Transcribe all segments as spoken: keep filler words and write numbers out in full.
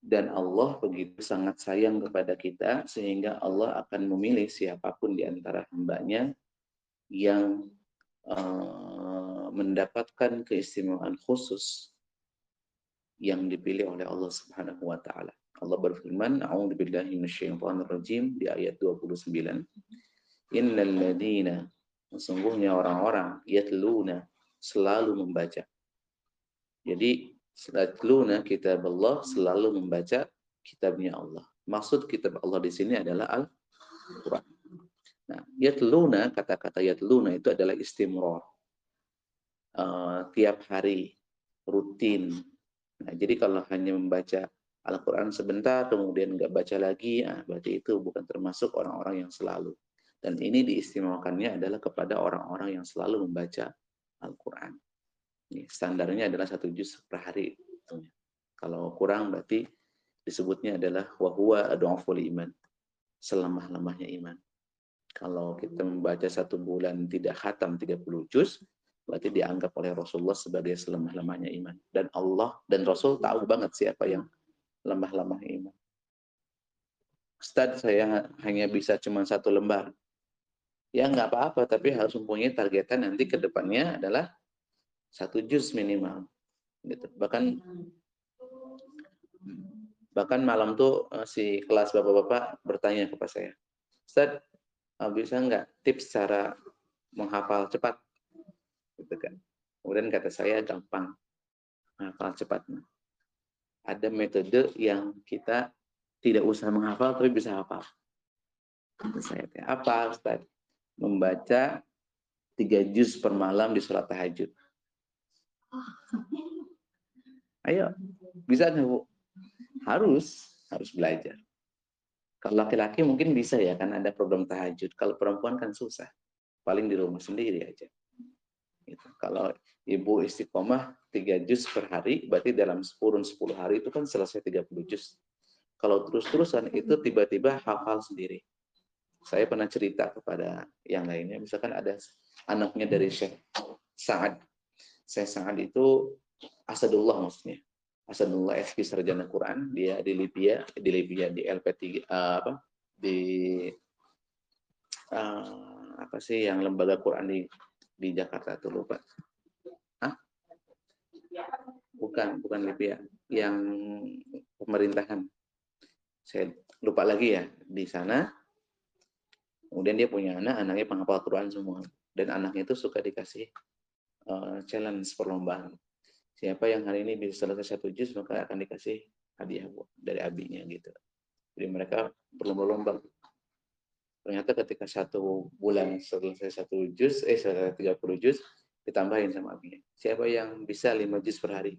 Dan Allah begitu sangat sayang kepada kita sehingga Allah akan memilih siapapun di antara hambanya yang uh, mendapatkan keistimewaan khusus yang dipilih oleh Allah Subhanahu wa taala. Allah berfirman, A'udzubillahi minasyaitonirrajim di ayat dua puluh sembilan. Innal ladzina, sesungguhnya orang-orang yatluna, selalu membaca. Jadi yatluna kitab Allah, selalu membaca kitabnya Allah. Maksud kitab Allah di sini adalah Al-Qur'an. Nah, yatluna, kata-kata yatluna itu adalah istimrar. Uh, tiap hari, rutin. Nah, jadi kalau hanya membaca Al-Quran sebentar, kemudian nggak baca lagi, nah, berarti itu bukan termasuk orang-orang yang selalu. Dan ini diistimewakannya adalah kepada orang-orang yang selalu membaca Al-Quran. Standarnya adalah satu juz per hari. Kalau kurang berarti disebutnya adalah wahuwa adhaful iman, selemah-lemahnya iman. Kalau kita membaca satu bulan tidak khatam tiga puluh juz, berarti dianggap oleh Rasulullah sebagai selemah-lemahnya iman. Dan Allah dan Rasul tahu banget siapa yang lemah-lemah iman. Ustaz, saya hanya bisa cuma satu lembar. Ya nggak apa-apa, tapi harus mempunyai targetan nanti ke depannya adalah satu juz minimal. Gitu. Bahkan bahkan malam tuh si kelas bapak-bapak bertanya kepada saya, Ustaz, bisa nggak tips cara menghafal cepat? Gitu kan. Kemudian kata saya gampang menghafal cepat. Ada metode yang kita tidak usah menghafal tapi bisa hafal. Kata saya, apa Ustaz? Membaca tiga juz per malam di sholat tahajud. Ayo, bisa nggak Bu? Harus, harus belajar. Kalau laki-laki mungkin bisa ya, kan ada program tahajud. Kalau perempuan kan susah, paling di rumah sendiri aja. Gitu. Kalau ibu istiqomah tiga juz per hari, berarti dalam kurun sepuluh hari itu kan selesai tiga puluh juz. Kalau terus-terusan itu tiba-tiba hafal sendiri. Saya pernah cerita kepada yang lainnya, misalkan ada anaknya dari Syekh Sa'ad. Syekh Sa'ad itu Asadullah maksudnya. Asadullah S P sarjana Quran, dia di Libya, di Libya di L P tiga uh, apa? Di uh, apa sih yang lembaga Quran di di Jakarta tuh lupa. Hah? Bukan, bukan Libya, yang pemerintahan. Saya lupa lagi ya, di sana. Kemudian dia punya anak, anaknya penghafal Quran semua. Dan anaknya itu suka dikasih uh, challenge perlombaan. Siapa yang hari ini bisa selesai satu juz, maka akan dikasih hadiah dari abinya gitu. Jadi mereka berlomba-lomba. Ternyata ketika satu bulan selesai satu juz, eh selesai tiga puluh juz, ditambahin sama abinya. Siapa yang bisa lima juz per hari?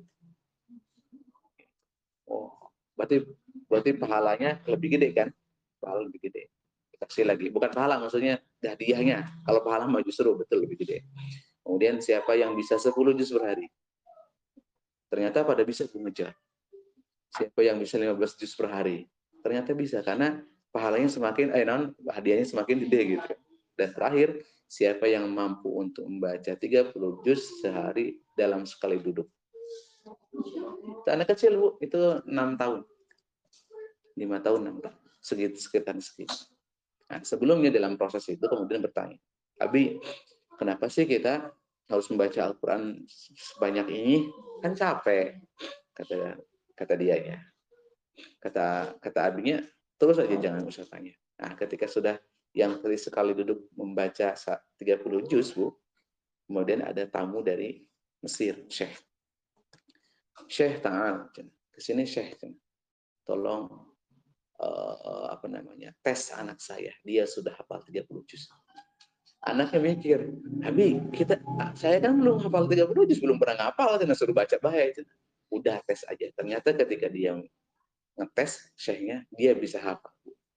Oh, berarti berarti pahalanya lebih gede kan? Pahala lebih gede. Kasih lagi, bukan pahala maksudnya hadiahnya. Kalau pahala mah justru betul lebih gede. Kemudian siapa yang bisa sepuluh juz per hari? Ternyata pada bisa mengejar. Siapa yang bisa lima belas juz per hari? Ternyata bisa karena pahalanya semakin eh non hadiahnya semakin gede gitu. Dan terakhir, siapa yang mampu untuk membaca tiga puluh juz sehari dalam sekali duduk? Itu anak kecil, Bu, itu enam tahun. lima tahun, enam tahun. Segitu sekitar segitu. Nah, sebelumnya dalam proses itu kemudian bertanya, Abi, kenapa sih kita harus membaca Al-Quran sebanyak ini? Kan capek, kata kata dia ya. Kata kata abinya, terus aja jangan usah tanya. Nah, ketika sudah yang kali sekali duduk membaca tiga puluh juz, Bu, kemudian ada tamu dari Mesir, Syekh. Syekh, ta'al, kesini Syekh, tolong Uh, apa namanya tes anak saya, dia sudah hafal tiga puluh juz. Anaknya mikir, Abi, kita saya kan belum hafal tiga puluh juz, belum pernah ngapal, dan suruh baca bahaya. Udah tes aja. Ternyata ketika dia ngetes syekhnya, dia bisa hafal.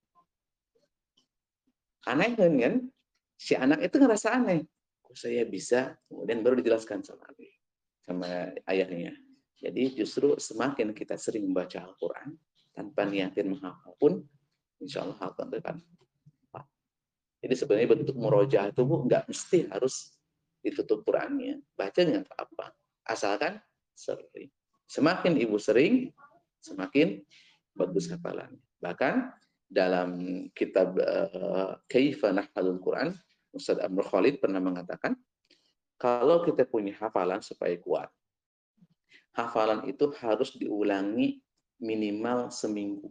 Aneh kan, kan? Si anak itu ngerasa aneh. Kok saya bisa? Kemudian baru dijelaskan sama Abi, sama ayahnya. Jadi justru semakin kita sering membaca Al-Quran tanpa niatin menghafal pun, insya Allah hafal depan. Jadi sebenarnya bentuk murojaah itu Bu nggak mesti harus ditutup Qurannya, baca nggak apa-apa, asalkan sering. Semakin ibu sering, semakin bagus hafalannya. Bahkan dalam kitab uh, Kaifa Nahfadzul Quran, Ustaz Amr Khalid pernah mengatakan, kalau kita punya hafalan supaya kuat, hafalan itu harus diulangi minimal seminggu.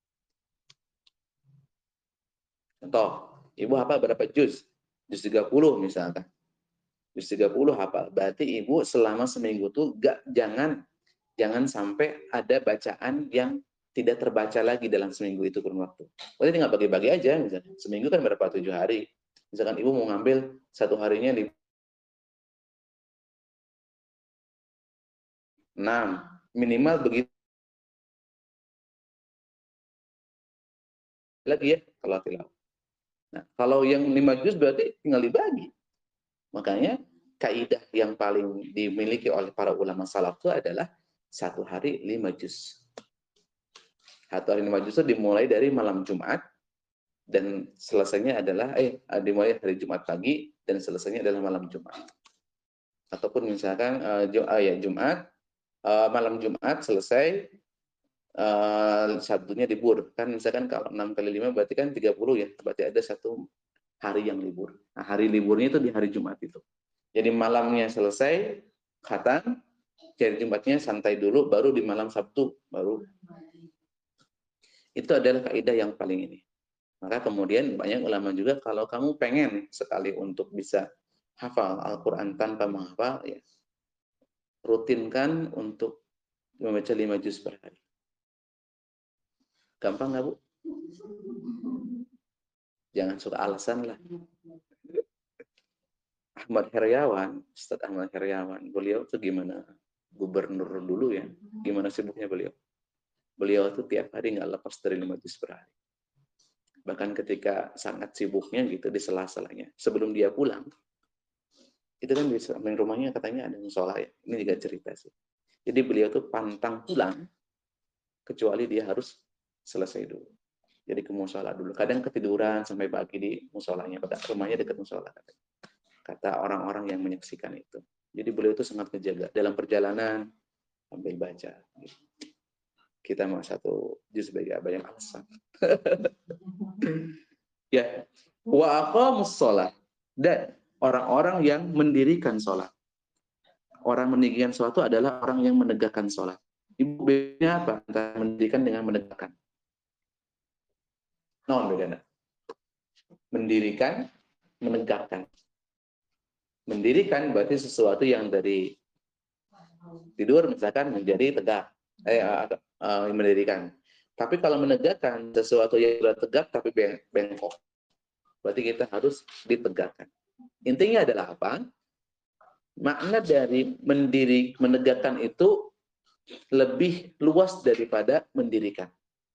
Contoh, ibu hafal berapa juz? Juz tiga puluh misalkan. Juz tiga puluh hafal. Berarti ibu selama seminggu tuh gak, jangan jangan sampai ada bacaan yang tidak terbaca lagi dalam seminggu itu kurun waktu. Berarti tinggal bagi-bagi aja misalkan. Seminggu kan berapa? Tujuh hari. Misalkan ibu mau ngambil satu harinya enam. Minimal begitu lagi ya kalau tilawah. Nah, kalau yang lima juz berarti tinggal dibagi. Makanya kaidah yang paling dimiliki oleh para ulama salaf itu adalah satu hari lima juz. Satu hari lima juz itu dimulai dari malam Jumat dan selesainya adalah eh dimulai hari Jumat pagi dan selesainya adalah malam Jumat. Ataupun misalkan uh, ya Jumat uh, malam Jumat selesai uh, Sabtunya libur. Kan misalkan kalau enam kali lima berarti kan tiga puluh ya. Berarti ada satu hari yang libur. Nah, hari liburnya itu di hari Jumat itu. Jadi malamnya selesai, khatam, jadi Jumatnya santai dulu, baru di malam Sabtu, baru. Itu adalah kaidah yang paling ini. Maka kemudian banyak ulama juga, kalau kamu pengen sekali untuk bisa hafal Al-Quran tanpa menghafal, ya, rutinkan untuk membaca lima juz per hari. Gampang nggak, Bu? Jangan suka alasan lah. Ahmad Heriawan, Ustadz Ahmad Heriawan, beliau itu gimana? Gubernur dulu ya, gimana sibuknya beliau? Beliau itu tiap hari nggak lepas dari lima juz per hari. Bahkan ketika sangat sibuknya gitu di sela-selanya, sebelum dia pulang, itu kan di samping rumahnya katanya ada musola ya. Ini juga cerita sih. Jadi beliau tuh pantang pulang, kecuali dia harus selesai dulu. Jadi ke musola dulu. Kadang ketiduran sampai pagi di musolanya, pada rumahnya dekat musola. Kata orang-orang yang menyaksikan itu. Jadi beliau itu sangat menjaga dalam perjalanan sambil baca. Kita mau satu juz sebagai banyak alasan. Ya, wa aqamus shalah, dan orang-orang yang mendirikan sholat. Orang mendirikan sholat itu adalah orang yang menegakkan sholat. Ibu bedanya apa antara mendirikan dengan menegakkan? Non bedanya. Mendirikan, menegakkan. Mendirikan berarti sesuatu yang dari tidur misalkan menjadi tegak, eh, uh, mendirikan. Tapi kalau menegakkan sesuatu yang sudah tegak tapi bengkok, berarti kita harus ditegakkan. Intinya adalah apa? Makna dari mendiri, menegakkan itu lebih luas daripada mendirikan.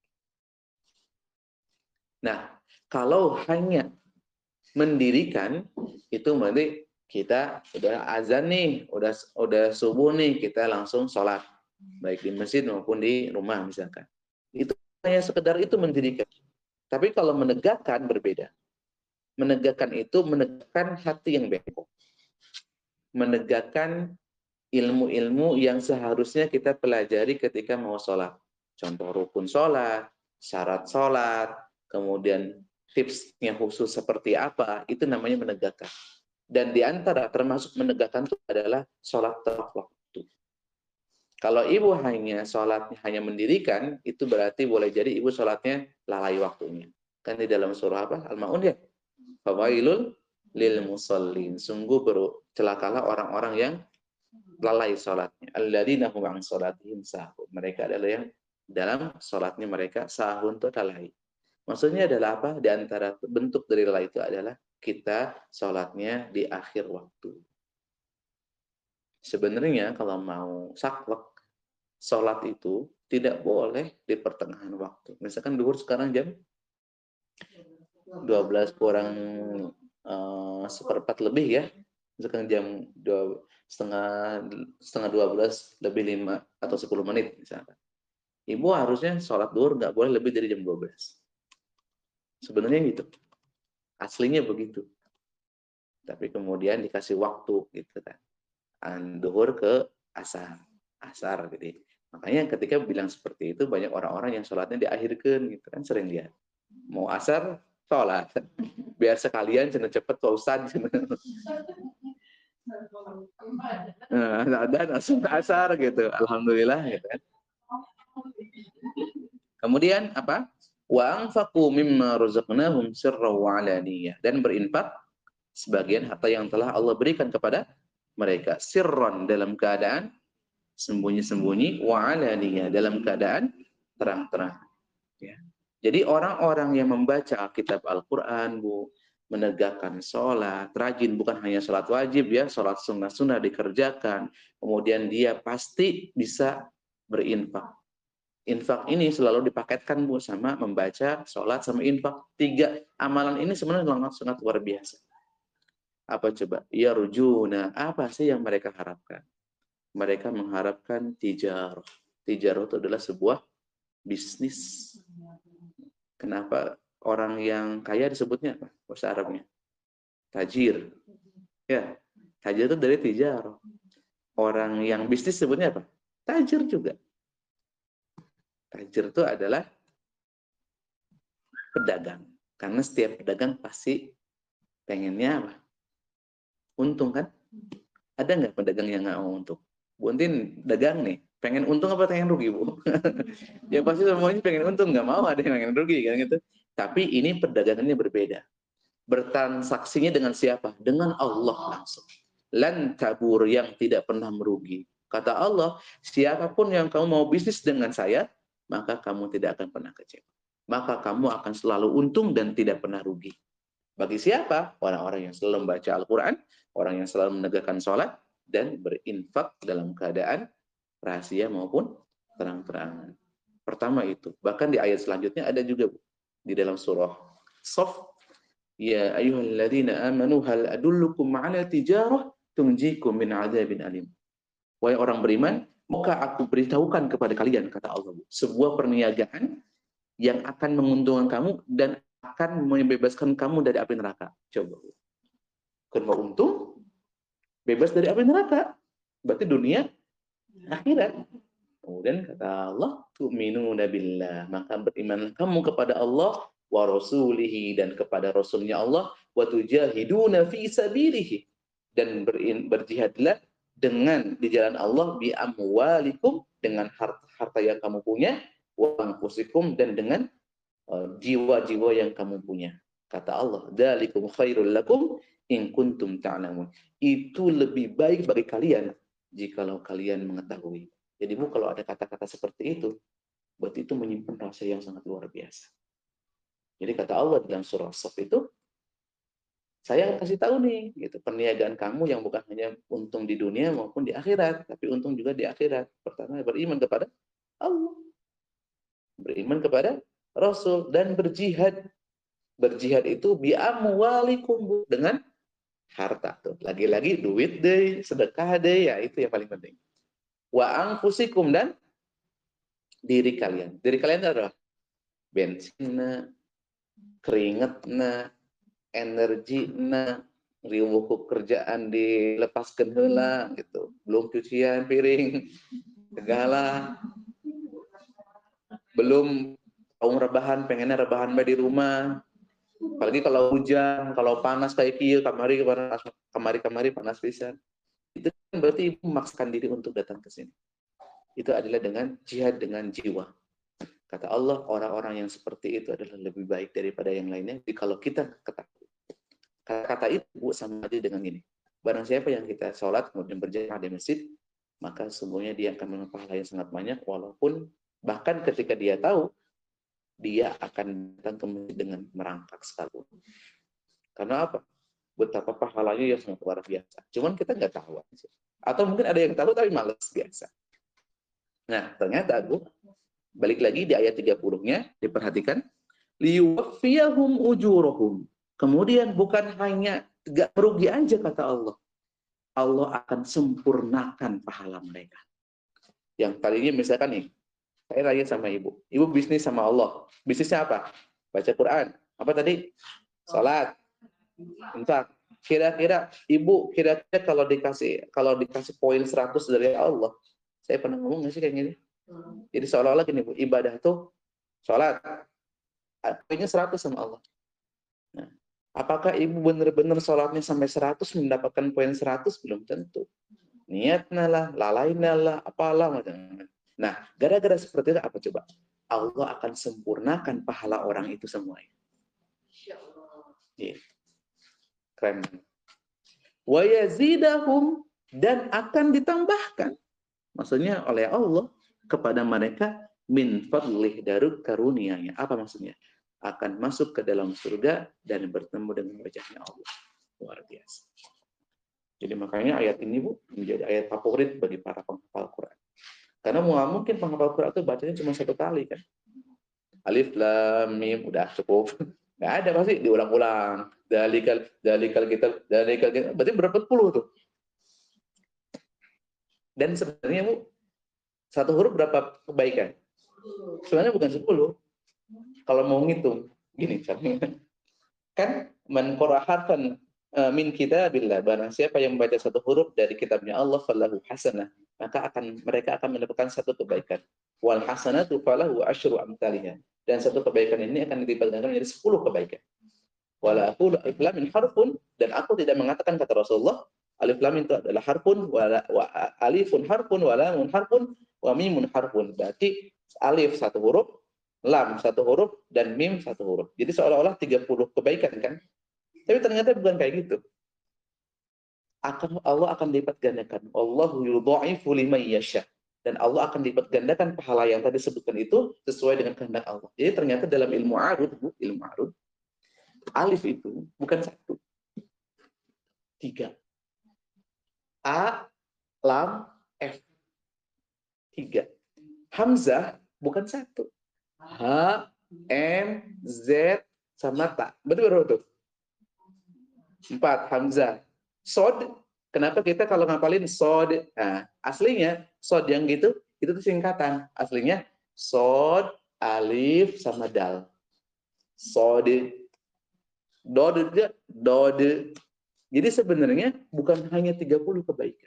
Nah, kalau hanya mendirikan itu berarti kita udah azan nih, udah udah subuh nih, kita langsung sholat, baik di masjid maupun di rumah misalkan. Itu hanya sekedar itu mendirikan. Tapi kalau menegakkan berbeda. Menegakkan itu menegakkan hati yang bengkok. Menegakkan ilmu-ilmu yang seharusnya kita pelajari ketika mau sholat. Contoh rukun sholat, syarat sholat, kemudian tipsnya khusus seperti apa, itu namanya menegakkan. Dan di antara termasuk menegakkan itu adalah sholat tepat waktu. Kalau ibu hanya sholatnya hanya mendirikan, itu berarti boleh jadi ibu sholatnya lalai waktunya. Kan di dalam surah apa? Al-Ma'un ya? Fawailul lil musallin. Sungguh bercelakalah orang-orang yang lalai sholatnya. Alladzina hum an sholatihim sahun. Mereka adalah yang dalam sholatnya mereka sahun itu lalai. Maksudnya adalah apa? Di antara bentuk dari lalai itu adalah kita sholatnya di akhir waktu. Sebenarnya kalau mau saklek, sholat itu tidak boleh di pertengahan waktu. Misalkan duhur sekarang jam dua belas kurang uh, seperempat lebih ya. Misalkan jam dua, setengah setengah dua belas lebih lima atau sepuluh menit misalkan. Ibu harusnya sholat duhur nggak boleh lebih dari jam dua belas. Sebenarnya gitu. Aslinya begitu. Tapi kemudian dikasih waktu gitu kan. Duhur ke asar. Asar gitu. Makanya ketika bilang seperti itu, banyak orang-orang yang sholatnya diakhirkan, gitu kan, sering lihat. Mau asar, sholat. Biar sekalian cenah cepet Pak Ustaz. Nah, ada langsung asar gitu. Alhamdulillah gitu kan. Kemudian apa? Wa anfaqu mimma razaqnahum sirran wa alaniyah, dan berinfak sebagian harta yang telah Allah berikan kepada mereka, sirran dalam keadaan sembunyi-sembunyi, wa alaniyah dalam keadaan terang-terang. Ya. Jadi orang-orang yang membaca kitab Al-Quran, Bu, menegakkan sholat, rajin, bukan hanya sholat wajib ya, sholat sunnah-sunnah dikerjakan, kemudian dia pasti bisa berinfak. Infak ini selalu dipaketkan, Bu, sama membaca, sholat, sama infak. Tiga amalan ini sebenarnya sangat, sangat luar biasa. Apa coba? Ya rujuna, apa sih yang mereka harapkan? Mereka mengharapkan tijarah. Tijarah itu adalah sebuah bisnis. Kenapa orang yang kaya disebutnya apa? Bahasa Arabnya tajir. Ya, tajir itu dari tijarah. Orang yang bisnis sebutnya apa? Tajir juga. Tajir itu adalah pedagang. Karena setiap pedagang pasti pengennya apa? Untung kan? Ada nggak pedagang yang nggak mau untung? Bu Entin dagang nih, pengen untung apa pengen rugi, Bu? Ya pasti semuanya pengen untung, nggak mau ada yang pengen rugi kan gitu. Tapi ini perdagangannya berbeda. Bertransaksinya dengan siapa? Dengan Allah langsung. Lan tabur, yang tidak pernah merugi. Kata Allah, siapapun yang kamu mau bisnis dengan saya, maka kamu tidak akan pernah kecewa. Maka kamu akan selalu untung dan tidak pernah rugi. Bagi siapa? Orang-orang yang selalu membaca Al-Quran, orang yang selalu menegakkan sholat, dan berinfak dalam keadaan rahasia maupun terang-terangan. Pertama itu. Bahkan di ayat selanjutnya ada juga, Bu, di dalam surah Shaf, ya ayyuhalladzina amanu hal adullukum ala tijarah tunjikum min adzabin alim. Wahai orang beriman, maka aku beritahukan kepada kalian, kata Allah, sebuah perniagaan yang akan menguntungkan kamu dan akan membebaskan kamu dari api neraka. Coba. Kalau mau untung, bebas dari api neraka. Berarti dunia, akhirat. Kemudian kata Allah, tu'minuna billah, maka berimanlah kamu kepada Allah wa rasulihi, dan kepada rasulnya Allah, wa tujahiduna fi sabilihi, dan berin, berjihadlah dengan di jalan Allah bi amwalikum, dengan harta-harta yang kamu punya, wa anfusikum, dan dengan uh, jiwa-jiwa yang kamu punya. Kata Allah, dzalikum khairul lakum in kuntum ta'lamun. Itu lebih baik bagi kalian jikalau kalian mengetahui. Jadi, Bu, kalau ada kata-kata seperti itu, berarti itu menyimpan rasa yang sangat luar biasa. Jadi kata Allah dalam surah Shaf itu, saya kasih tahu nih, gitu, perniagaan kamu yang bukan hanya untung di dunia maupun di akhirat, tapi untung juga di akhirat. Pertama, beriman kepada Allah, beriman kepada Rasul, dan berjihad. Berjihad itu bi amwalikum, dengan harta tuh. Lagi-lagi duit deh, sedekah deh, ya itu yang paling penting. Wa anfusikum, dan diri kalian. Diri kalian adalah bensinna, keringetna, energina, riuh kerjaan dilepaskan heula gitu. Belum cucian piring, segala. Belum kaum rebahan, pengennya rebahan di rumah. Apalagi kalau hujan, kalau panas kayak kieu, kamari panas, kamari-kamari panas pisan. Itu kan berarti ibu memaksakan diri untuk datang ke sini. Itu adalah dengan jihad dengan jiwa. Kata Allah, orang-orang yang seperti itu adalah lebih baik daripada yang lainnya. Jadi kalau kita ketahui. Kata-kata itu, Bu, sama aja dengan ini. Barang siapa yang kita sholat, kemudian berjamaah di masjid, maka sungguhnya dia akan mendapat pahala yang sangat banyak, walaupun bahkan ketika dia tahu, dia akan datang ke masjid dengan merangkak sekalipun. Karena apa? Betapa pahalanya yang sangat luar biasa. Cuman kita nggak tahu aja. Atau mungkin ada yang tahu tapi malas biasa. Nah, ternyata, Bu, balik lagi di ayat tiga puluh-nya, diperhatikan. Liyuwaffiyahum ujurahum. Kemudian bukan hanya nggak merugi aja, kata Allah. Allah akan sempurnakan pahala mereka. Yang tadinya misalkan nih, saya tanya sama ibu. Ibu bisnis sama Allah. Bisnisnya apa? Baca Quran. Apa tadi? Salat. Infak. Kira-kira ibu, kira-kira kalau dikasih kalau dikasih poin seratus dari Allah, saya pernah ngomong nggak sih kayak gini? Jadi seolah-olah gini Bu, ibadah tuh sholat, poinnya seratus sama Allah. Nah, apakah ibu benar-benar sholatnya sampai seratus mendapatkan poin seratus? Belum tentu. Niatnya lah, lalainya lah, apalah macam-macam. Nah, gara-gara seperti itu apa coba? Allah akan sempurnakan pahala orang itu semuanya. Gitu. Keren. Wa yazidahum, dan akan ditambahkan. Maksudnya oleh Allah kepada mereka min fadlih, dari karunia-Nya. Apa maksudnya? Akan masuk ke dalam surga dan bertemu dengan wajahnya Allah. Luar biasa. Jadi makanya ayat ini Bu menjadi ayat favorit bagi para penghafal Quran. Karena mungkin penghafal Quran itu bacanya cuma satu kali kan. Alif lam mim udah cukup. Nggak ada, pasti diulang-ulang. Dalikal dalikal kita dalikal kita berarti berapa puluh tuh. Dan sebenarnya Bu, satu huruf berapa kebaikan? Sebenarnya bukan sepuluh. Kalau mau ngitung, gini caranya. Kan man qara harfan min kitabillah, barang siapa yang membaca satu huruf dari kitabnya Allah, falahu hasanah, maka akan mereka akan mendapatkan satu kebaikan. Wal hasanatu falahu asyru amsalihha, dan satu kebaikan ini akan dilipat gandakan menjadi sepuluh kebaikan. Wala aqulu alif lam mim harfun, dan aku tidak mengatakan, kata Rasulullah, alif lam itu adalah harfun, wala wa alifun harfun, wa lamun harfun, wa mimun harfun. Berarti alif satu huruf, lam satu huruf, dan mim satu huruf. Jadi seolah-olah tiga puluh kebaikan kan? Tapi ternyata bukan kayak gitu. Akan Allah akan lipat gandakan. Allahu yudha'ifu liman yasha. Dan Allah akan lipat gandakan pahala yang tadi sebutkan itu sesuai dengan kehendak Allah. Jadi ternyata dalam ilmu arud, ilmu arud, alif itu bukan satu, tiga. A, lam, F. Tiga. Hamzah bukan satu. H, M, Z, sama ta. Betul berapa tuh? Empat. Hamzah. Sod. Kenapa kita kalau ngapalin sod? Nah, aslinya sod yang gitu, itu tuh singkatan. Aslinya sod, alif, sama dal. Sod. Dod juga, dod. Jadi sebenarnya bukan hanya tiga puluh kebaikan.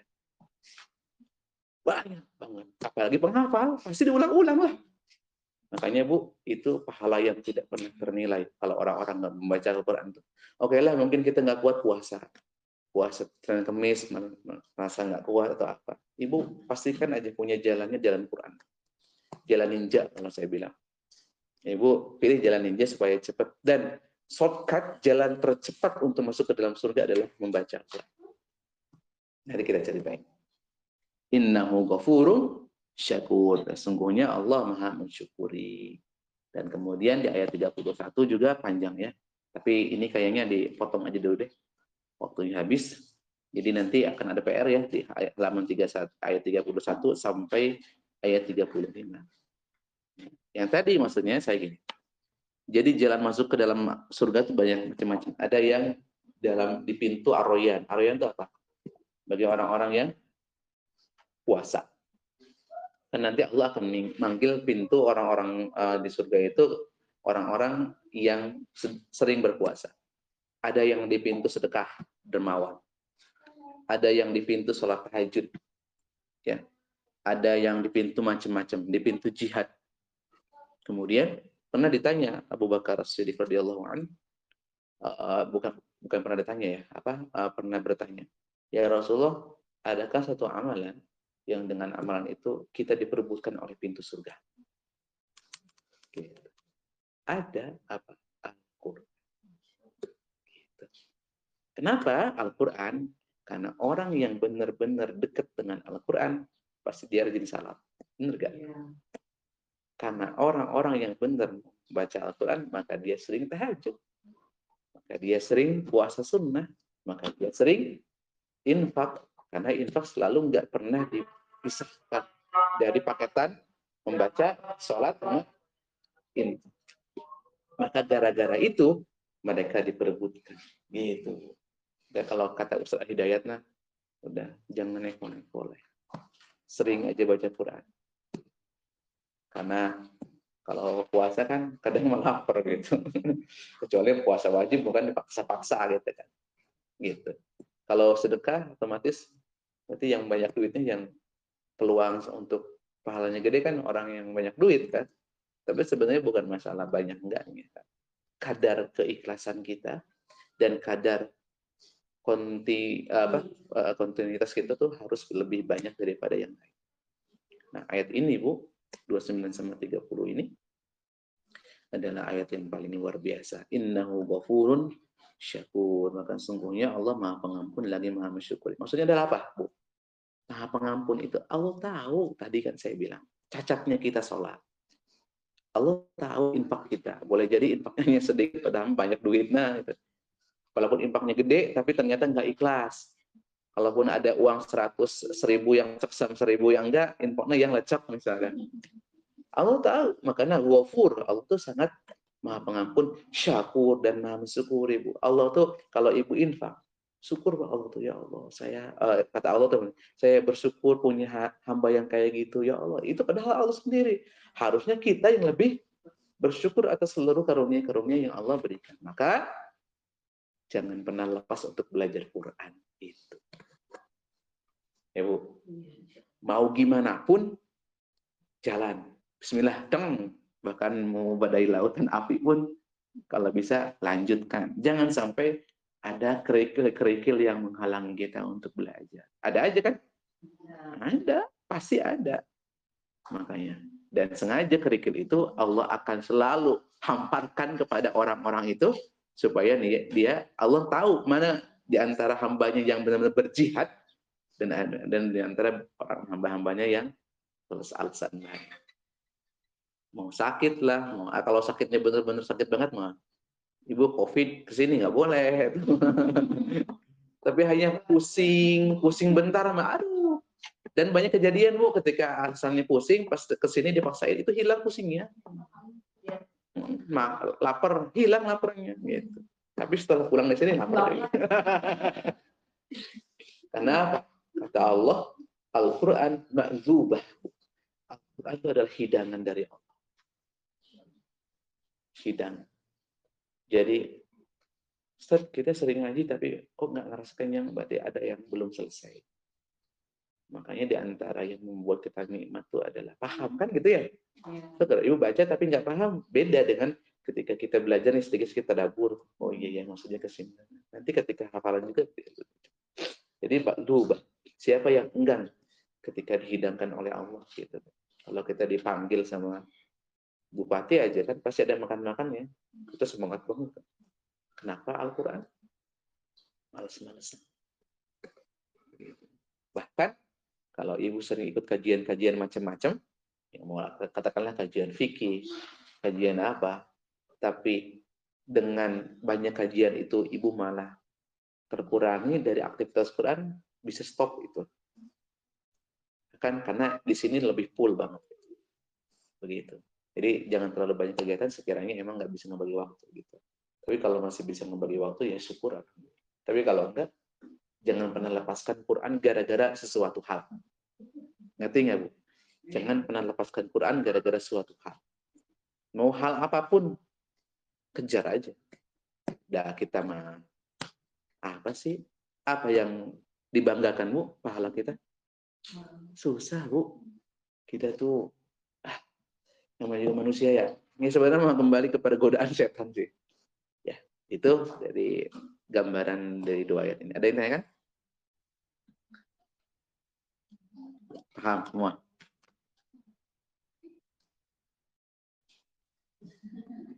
Banyak banget. Apalagi penghafal, pasti diulang-ulang lah. Makanya Bu, itu pahala yang tidak pernah ternilai kalau orang-orang nggak membaca Al-Quran itu. Oke lah, mungkin kita nggak kuat puasa. Puasa Senin Kemis, merasa nggak kuat atau apa. Ibu pastikan aja punya jalannya jalan Quran. Jalan ninja kalau saya bilang. Ibu pilih jalan ninja supaya cepat. Dan shortcut jalan tercepat untuk masuk ke dalam surga adalah membaca Al-Quran. Nanti kita cari baik. Innahu ghafurun syakur. Sesungguhnya Allah Maha mensyukuri. Dan kemudian di ayat tiga puluh satu juga panjang ya. Tapi ini kayaknya dipotong aja dulu deh. Waktunya habis. Jadi nanti akan ada P R ya di halaman tiga puluh satu, ayat tiga puluh satu sampai ayat tiga puluh lima. Yang tadi maksudnya saya gini. Jadi jalan masuk ke dalam surga itu banyak macam-macam. Ada yang dalam di pintu Ar-Rayyan. Ar-Rayyan itu apa? Bagi orang-orang yang puasa. Dan nanti Allah akan manggil pintu orang-orang uh, di surga itu orang-orang yang sering berpuasa. Ada yang di pintu sedekah dermawan. Ada yang di pintu sholat tahajud. Ya. Ada yang di pintu macam-macam, di pintu jihad. Kemudian pernah ditanya Abu Bakar As-Siddiq radhiyallahu anhu, uh, bukan bukan pernah ditanya ya, apa uh, pernah bertanya, ya Rasulullah, adakah satu amalan yang dengan amalan itu kita diperebutkan oleh pintu surga? Gitu. Ada apa? Al-Quran. Gitu. Kenapa Al-Quran? Karena orang yang benar-benar dekat dengan Al-Quran pasti dia rajin salat. Benar gak? Ya. Karena orang-orang yang benar baca Al-Quran, maka dia sering tahajud, maka dia sering puasa sunnah, maka dia sering infak. Karena infak selalu nggak pernah dipisahkan dari paketan membaca sholat sama infak. Maka gara-gara itu mereka diperebutkan. Gitu. Dan kalau kata Ustaz Hidayat, nah, udah jangan neko-neko lah. Sering aja baca Quran. Karena kalau puasa kan kadang malah lapar gitu. Kecuali puasa wajib bukan dipaksa-paksa gitu kan. Gitu. Kalau sedekah otomatis berarti yang banyak duitnya yang peluang untuk pahalanya gede kan orang yang banyak duit kan. Tapi sebenarnya bukan masalah banyak enggaknya. Kadar keikhlasan kita dan kadar konti apa kontinuitas kita tuh harus lebih banyak daripada yang lain. Nah, ayat ini Bu, dua puluh sembilan sama tiga puluh ini adalah ayat yang paling luar biasa. Innahu ghafurun syakur. Maka sungguhnya Allah Maha Pengampun lagi Maha Mensyukuri. Maksudnya adalah apa, Bu? Maha Pengampun itu Allah tahu, tadi kan saya bilang, cacatnya kita sholat. Allah tahu infak kita. Boleh jadi infaknya sedikit padahal banyak duitnya gitu. Walaupun infaknya gede, tapi ternyata nggak ikhlas. Kalaupun ada uang seratus, seribu yang seksam, seribu yang enggak, infaknya yang lecek misalnya. Allah tahu, makanya Ghafur, Allah tuh sangat Maha Pengampun, Syakur, dan Maha Mensyukuri. Bu. Allah tuh, kalau ibu infak, syukur Pak Allah tuh, ya Allah, saya, uh, kata Allah tuh, saya bersyukur punya hamba yang kayak gitu, ya Allah. Itu padahal Allah sendiri. Harusnya kita yang lebih bersyukur atas seluruh karunia-karunia yang Allah berikan. Maka, jangan pernah lepas untuk belajar Quran itu. Ya Bu, mau gimana pun jalan. Bismillah, deng. Bahkan mau badai lautan api pun kalau bisa lanjutkan. Jangan sampai ada kerikil-kerikil yang menghalangi kita untuk belajar. Ada aja kan? Ada, pasti ada. Makanya. Dan sengaja kerikil itu Allah akan selalu hamparkan kepada orang-orang itu supaya dia, dia Allah tahu mana di antara hambanya yang benar-benar berjihad dan dan di antara orang hamba-hambanya yang alasan lain. Mau sakit lah, mau, kalau sakitnya benar-benar sakit banget mah ibu COVID kesini nggak boleh. Tapi hanya pusing, pusing bentar mah aduh. Dan banyak kejadian Bu ketika alasannya pusing pas kesini dipaksain itu hilang pusingnya. Ma, lapar, hilang laparnya gitu. Tapi setelah pulang dari sini lapar lagi. Karena kata Allah, Al-Quran ma'zubah. Al-Quran itu adalah hidangan dari Allah. Hidangan. Jadi, Ustaz, kita sering ngaji tapi kok nggak ngerasa kenyang, berarti ada yang belum selesai. Makanya di antara yang membuat kita nikmat itu adalah paham kan gitu ya. So, kalau ibu baca tapi nggak paham, beda dengan ketika kita belajar nih sedikit-sedikit tadabur. Oh iya ya maksudnya ke sini. Nanti ketika hafalan juga. Jadi Pak Duba, siapa yang enggan ketika dihidangkan oleh Allah gitu. Kalau kita dipanggil sama bupati aja kan pasti ada makan-makan ya. Kita semangat banget. Kenapa Al-Quran? Males-malesan. Bahkan kalau ibu sering ikut kajian-kajian macam-macam, yang mau katakanlah kajian fikih, kajian apa, tapi dengan banyak kajian itu ibu malah terkurangi dari aktivitas Quran, bisa stop itu. Kan karena di sini lebih full banget. Begitu. Jadi jangan terlalu banyak kegiatan sekiranya emang nggak bisa ngebagi waktu gitu. Tapi kalau masih bisa ngebagi waktu ya syukur. Tapi kalau enggak, jangan pernah lepaskan Quran gara-gara sesuatu hal. Ngerti nggak Bu? Jangan pernah lepaskan Quran gara-gara sesuatu hal. Mau hal apapun, kejar aja. Dah kita mah apa sih? Apa yang dibanggakan Bu? Pahala kita? Susah Bu. Kita tuh ah, namanya manusia ya. Ini sebenarnya mau kembali kepada godaan setan sih. Ya, itu dari gambaran dari dua ayat ini. Ada yang tanya kan? Paham semua?